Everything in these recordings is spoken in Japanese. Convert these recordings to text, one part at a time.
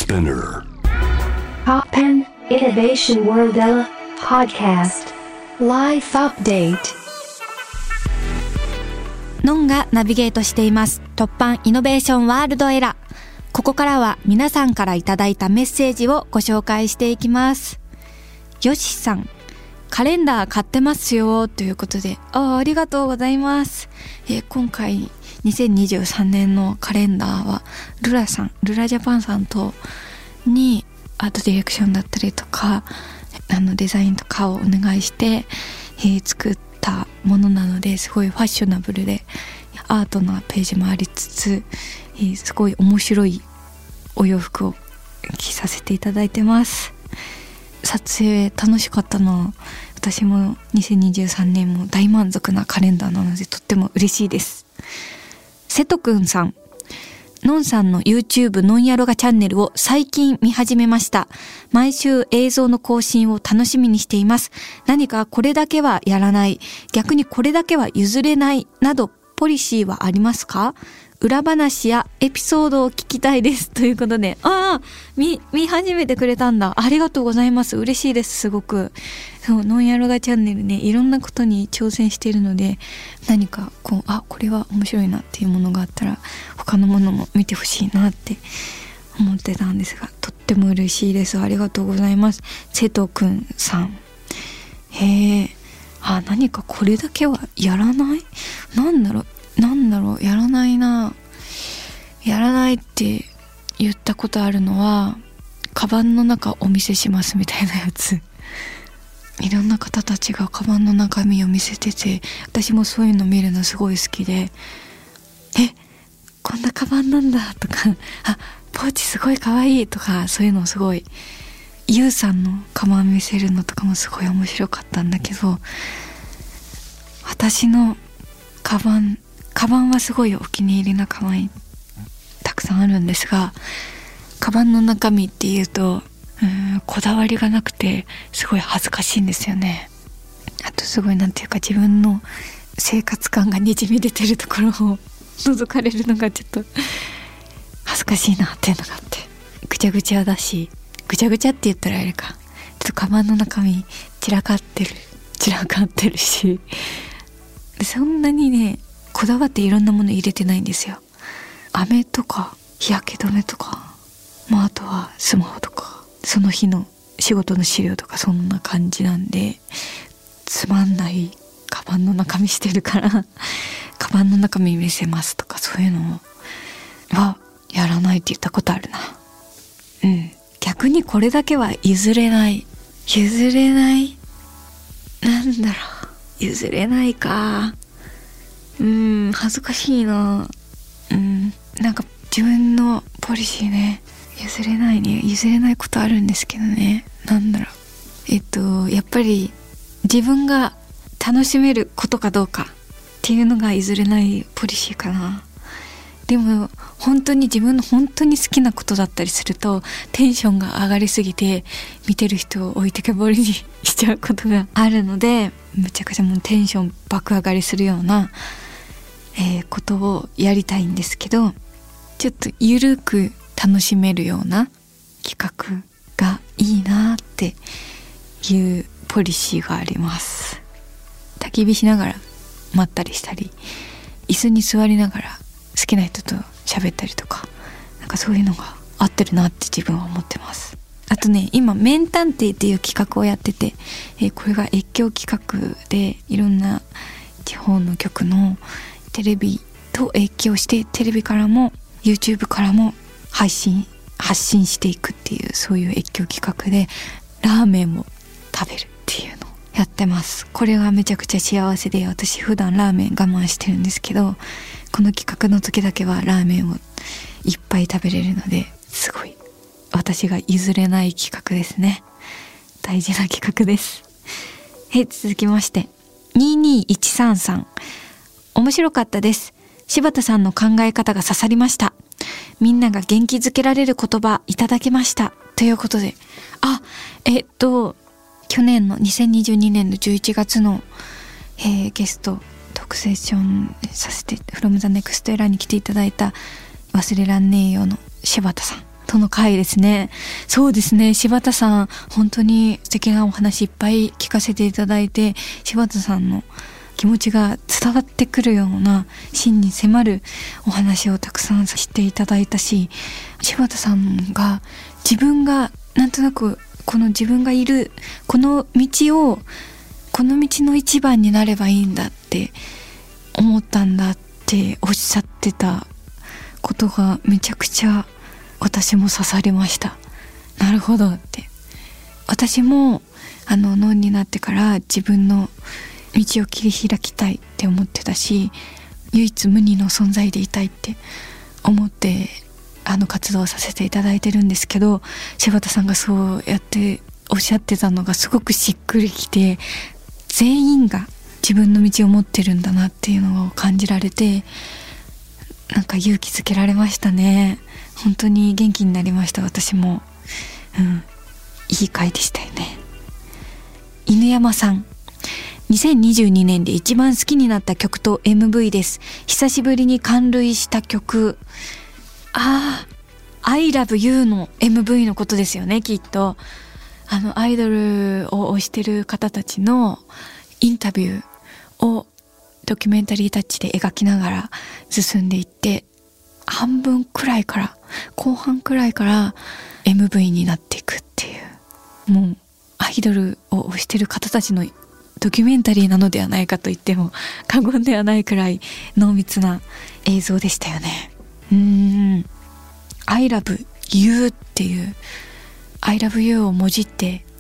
Spinner Poppen Innovation World Ella Podcast Life Update ノンがナビゲートしています突破イノベーションワールドエラ。ここからは皆さんからいただいたメッセージをご紹介していきます。よしさん、カレンダー買ってますよということで、ありがとうございます。今回2023年のカレンダーはルラジャパンさんとにアートディレクションだったりとかデザインとかをお願いして、作ったものなので、すごいファッショナブルでアートなページもありつつ、すごい面白いお洋服を着させていただいてます。撮影楽しかったな。私も2023年も大満足なカレンダーなのでとっても嬉しいです。瀬戸くんさん、のんさんの YouTube のんやろがチャンネルを最近見始めました。毎週映像の更新を楽しみにしています。何かこれだけはやらない、逆にこれだけは譲れないなどポリシーはありますか？裏話やエピソードを聞きたいですということで、見始めてくれたんだ。ありがとうございます。嬉しいです。すごく。そう、のんやろがチャンネルね、いろんなことに挑戦しているので、何かこれは面白いなっていうものがあったら他のものも見てほしいなって思ってたんですが、とっても嬉しいです。ありがとうございます。瀬戸くんさん。何かこれだけはやらない？なんだろう、やらないな。やらないって言ったことあるのは、カバンの中お見せしますみたいなやつ。いろんな方たちがカバンの中身を見せてて、私もそういうの見るのすごい好きで、こんなカバンなんだとか、ポーチすごい可愛いとか、そういうのすごい、ゆうさんのカバン見せるのとかもすごい面白かったんだけど、私のカバンはすごいお気に入りなカバンたくさんあるんですが、カバンの中身っていうとこだわりがなくてすごい恥ずかしいんですよね。あとすごいなんていうか、自分の生活感がにじみ出てるところを覗かれるのがちょっと恥ずかしいなっていうのがあって、ぐちゃぐちゃだし、ぐちゃぐちゃって言ったらあれか、ちょっとカバンの中身散らかってるし、そんなにねこだわっていろんなもの入れてないんですよ。飴とか日焼け止めとか、あとはスマホとか、その日の仕事の資料とか、そんな感じなんで、つまんないカバンの中身してるからカバンの中身見せますとか、そういうのはやらないって言ったことあるな。逆にこれだけは譲れない、なんだろう、譲れないか。恥ずかしいな。なんか自分のポリシーね、譲れないことあるんですけどね。なんだろう、やっぱり自分が楽しめることかどうかっていうのが譲れないポリシーかな。でも自分の本当に好きなことだったりすると、テンションが上がりすぎて見てる人を置いてけぼりにしちゃうことがあるので、めちゃくちゃもうテンション爆上がりするような、ことをやりたいんですけど、ちょっとゆるく楽しめるような企画がいいなっていうポリシーがあります。焚き火しながらまったりしたり、椅子に座りながら好きな人と喋ったりとか、なんかそういうのが合ってるなって自分は思ってます。あとね、今メン探偵っていう企画をやってて、これが越境企画で、いろんな地方の局のテレビと越境して、テレビからも YouTube からも発信していくっていう、そういう越境企画でラーメンを食べるっていうのをやってます。これはめちゃくちゃ幸せで、私普段ラーメン我慢してるんですけど、この企画の時だけはラーメンをいっぱい食べれるので、すごい私が譲れない企画ですね。大事な企画です。続きまして2213さん、面白かったです。柴田さんの考え方が刺さりました。みんなが元気づけられる言葉いただけましたということで、去年の2022年の11月の、ゲスト特セッションさせて From the Next Era に来ていただいた忘れらんねえよの柴田さん、 との回ですね。そうですね、柴田さん本当に素敵なお話いっぱい聞かせていただいて、柴田さんの気持ちが伝わってくるような真に迫るお話をたくさんさせていただいたし、柴田さんが自分がなんとなくこの自分がいるこの道の一番になればいいんだって思ったんだっておっしゃってたことがめちゃくちゃ私も刺さりました。なるほどって。私もノンになってから自分の道を切り開きたいって思ってたし、唯一無二の存在でいたいって思って活動させていただいてるんですけど、柴田さんがそうやっておっしゃってたのがすごくしっくりきて、全員が自分の道を持ってるんだなっていうのを感じられて、なんか勇気づけられましたね。本当に元気になりました。私もいい回でしたよね。犬山さん、2022年で一番好きになった曲と MV です。久しぶりに感涙した曲。I Love You の MV のことですよね、きっと。アイドルを推してる方たちのインタビューをドキュメンタリータッチで描きながら進んでいって、半分くらいから後半くらいから MV になっていくっていう、もうアイドルを推してる方たちのドキュメンタリーなのではないかと言っても過言ではないくらい濃密な映像でしたよね。I love you っていう I love you をもじって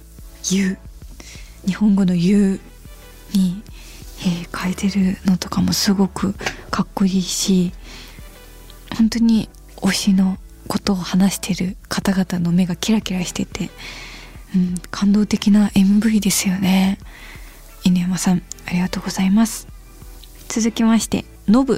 you、 日本語の you に、変えてるのとかもすごくかっこいいし、本当に推しのことを話してる方々の目がキラキラしてて、感動的な MV ですよね。犬山さんありがとうございます。続きましてのぶ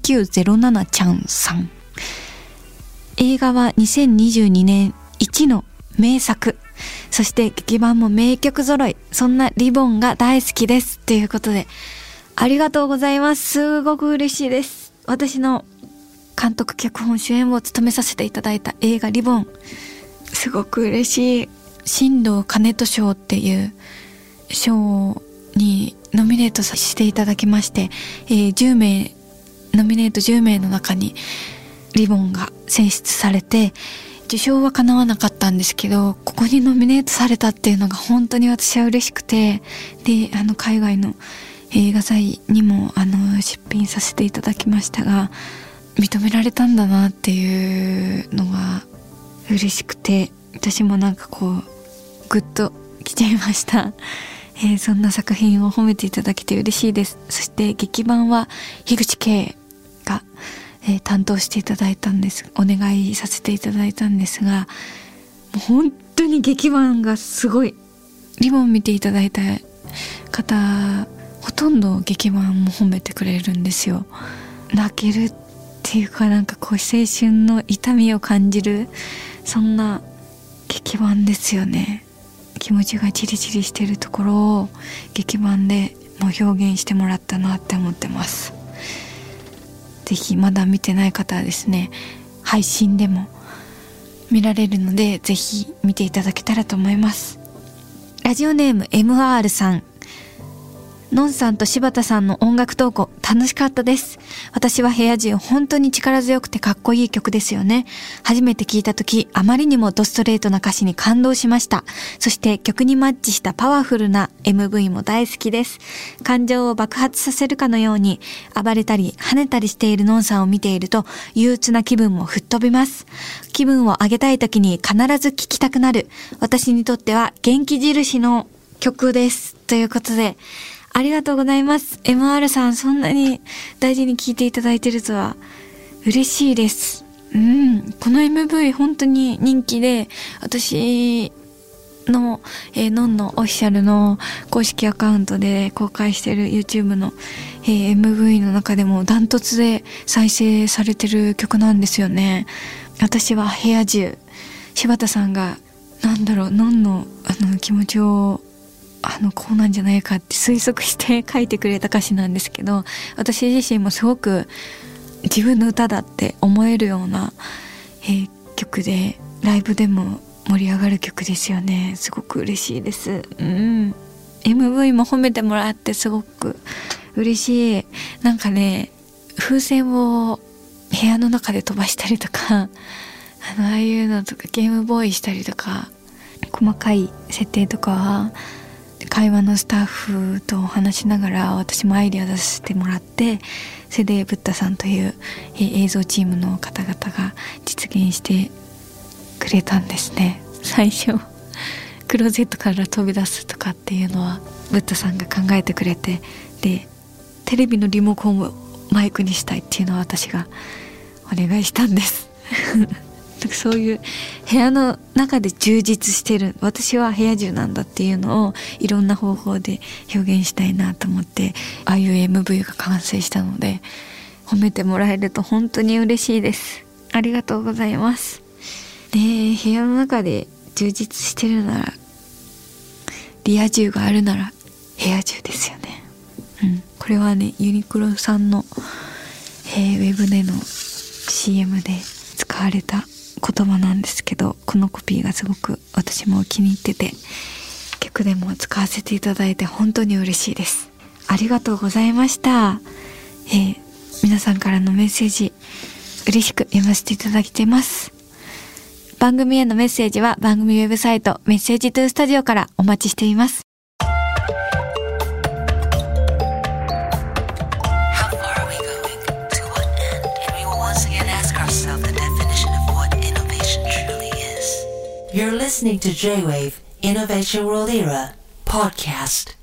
3907ちゃんさん、映画は2022年一の名作、そして劇版も名曲揃い、そんなリボンが大好きですということで、ありがとうございます。すごく嬉しいです。私の監督脚本主演を務めさせていただいた映画リボン、すごく嬉しい。新藤兼人賞っていう賞にノミネートさせていただきまして、10名ノミネート10名の中にリボンが選出されて、受賞は叶わなかったんですけど、ここにノミネートされたっていうのが本当に私は嬉しくて、で海外の映画祭にも出品させていただきましたが、認められたんだなっていうのが嬉しくて、私もなんかこうグッときちゃいました。そんな作品を褒めていただけて嬉しいです。そして劇版は樋口圭が、担当していただいたんです。お願いさせていただいたんですが、もう本当に劇版がすごい。リボン見ていただいた方ほとんど劇版も褒めてくれるんですよ。泣けるっていうか、なんかこう青春の痛みを感じる、そんな劇版ですよね。気持ちがチリチリしてるところを劇版でもう表現してもらったなって思ってます。ぜひまだ見てない方はですね、配信でも見られるので、ぜひ見ていただけたらと思います。ラジオネーム MR さん、のんさんと柴田さんの音楽投稿楽しかったです。私は部屋中本当に力強くてかっこいい曲ですよね。初めて聞いた時、あまりにもドストレートな歌詞に感動しました。そして曲にマッチしたパワフルな MV も大好きです。感情を爆発させるかのように暴れたり跳ねたりしているのんさんを見ていると、憂鬱な気分も吹っ飛びます。気分を上げたい時に必ず聴きたくなる、私にとっては元気印の曲です。ということで、ありがとうございます。MR さん、そんなに大事に聞いていただいてるとは嬉しいです。この MV 本当に人気で、私の、のんのオフィシャルの公式アカウントで公開している YouTube の、MV の中でもダントツで再生されてる曲なんですよね。私は部屋中、柴田さんがのんの気持ちをこうなんじゃないかって推測して書いてくれた歌詞なんですけど、私自身もすごく自分の歌だって思えるような、曲で、 ライブでも盛り上がる曲ですよね。すごく嬉しいです。MV も褒めてもらってすごく嬉しい。なんかね、風船を部屋の中で飛ばしたりとか、ああいうのとかゲームボーイしたりとか、細かい設定とかは会話のスタッフと話しながら私もアイデア出させてもらって、それでブッダさんという映像チームの方々が実現してくれたんですね。最初クローゼットから飛び出すとかっていうのはブッダさんが考えてくれて、でテレビのリモコンをマイクにしたいっていうのは私がお願いしたんですそういう部屋の中で充実してる、私は部屋中なんだっていうのをいろんな方法で表現したいなと思って、ああいう MV が完成したので、褒めてもらえると本当に嬉しいです。ありがとうございます。で、部屋の中で充実してるなら、リア充があるなら部屋中ですよね。これはね、ユニクロさんの、ウェブでの CM で使われた言葉なんですけど、このコピーがすごく私も気に入ってて、曲でも使わせていただいて本当に嬉しいです。ありがとうございました。皆さんからのメッセージ嬉しく読ませていただいてます。番組へのメッセージは番組ウェブサイトメッセージトゥースタジオからお待ちしています。 You're listening to J-Wave Innovation World Era podcast.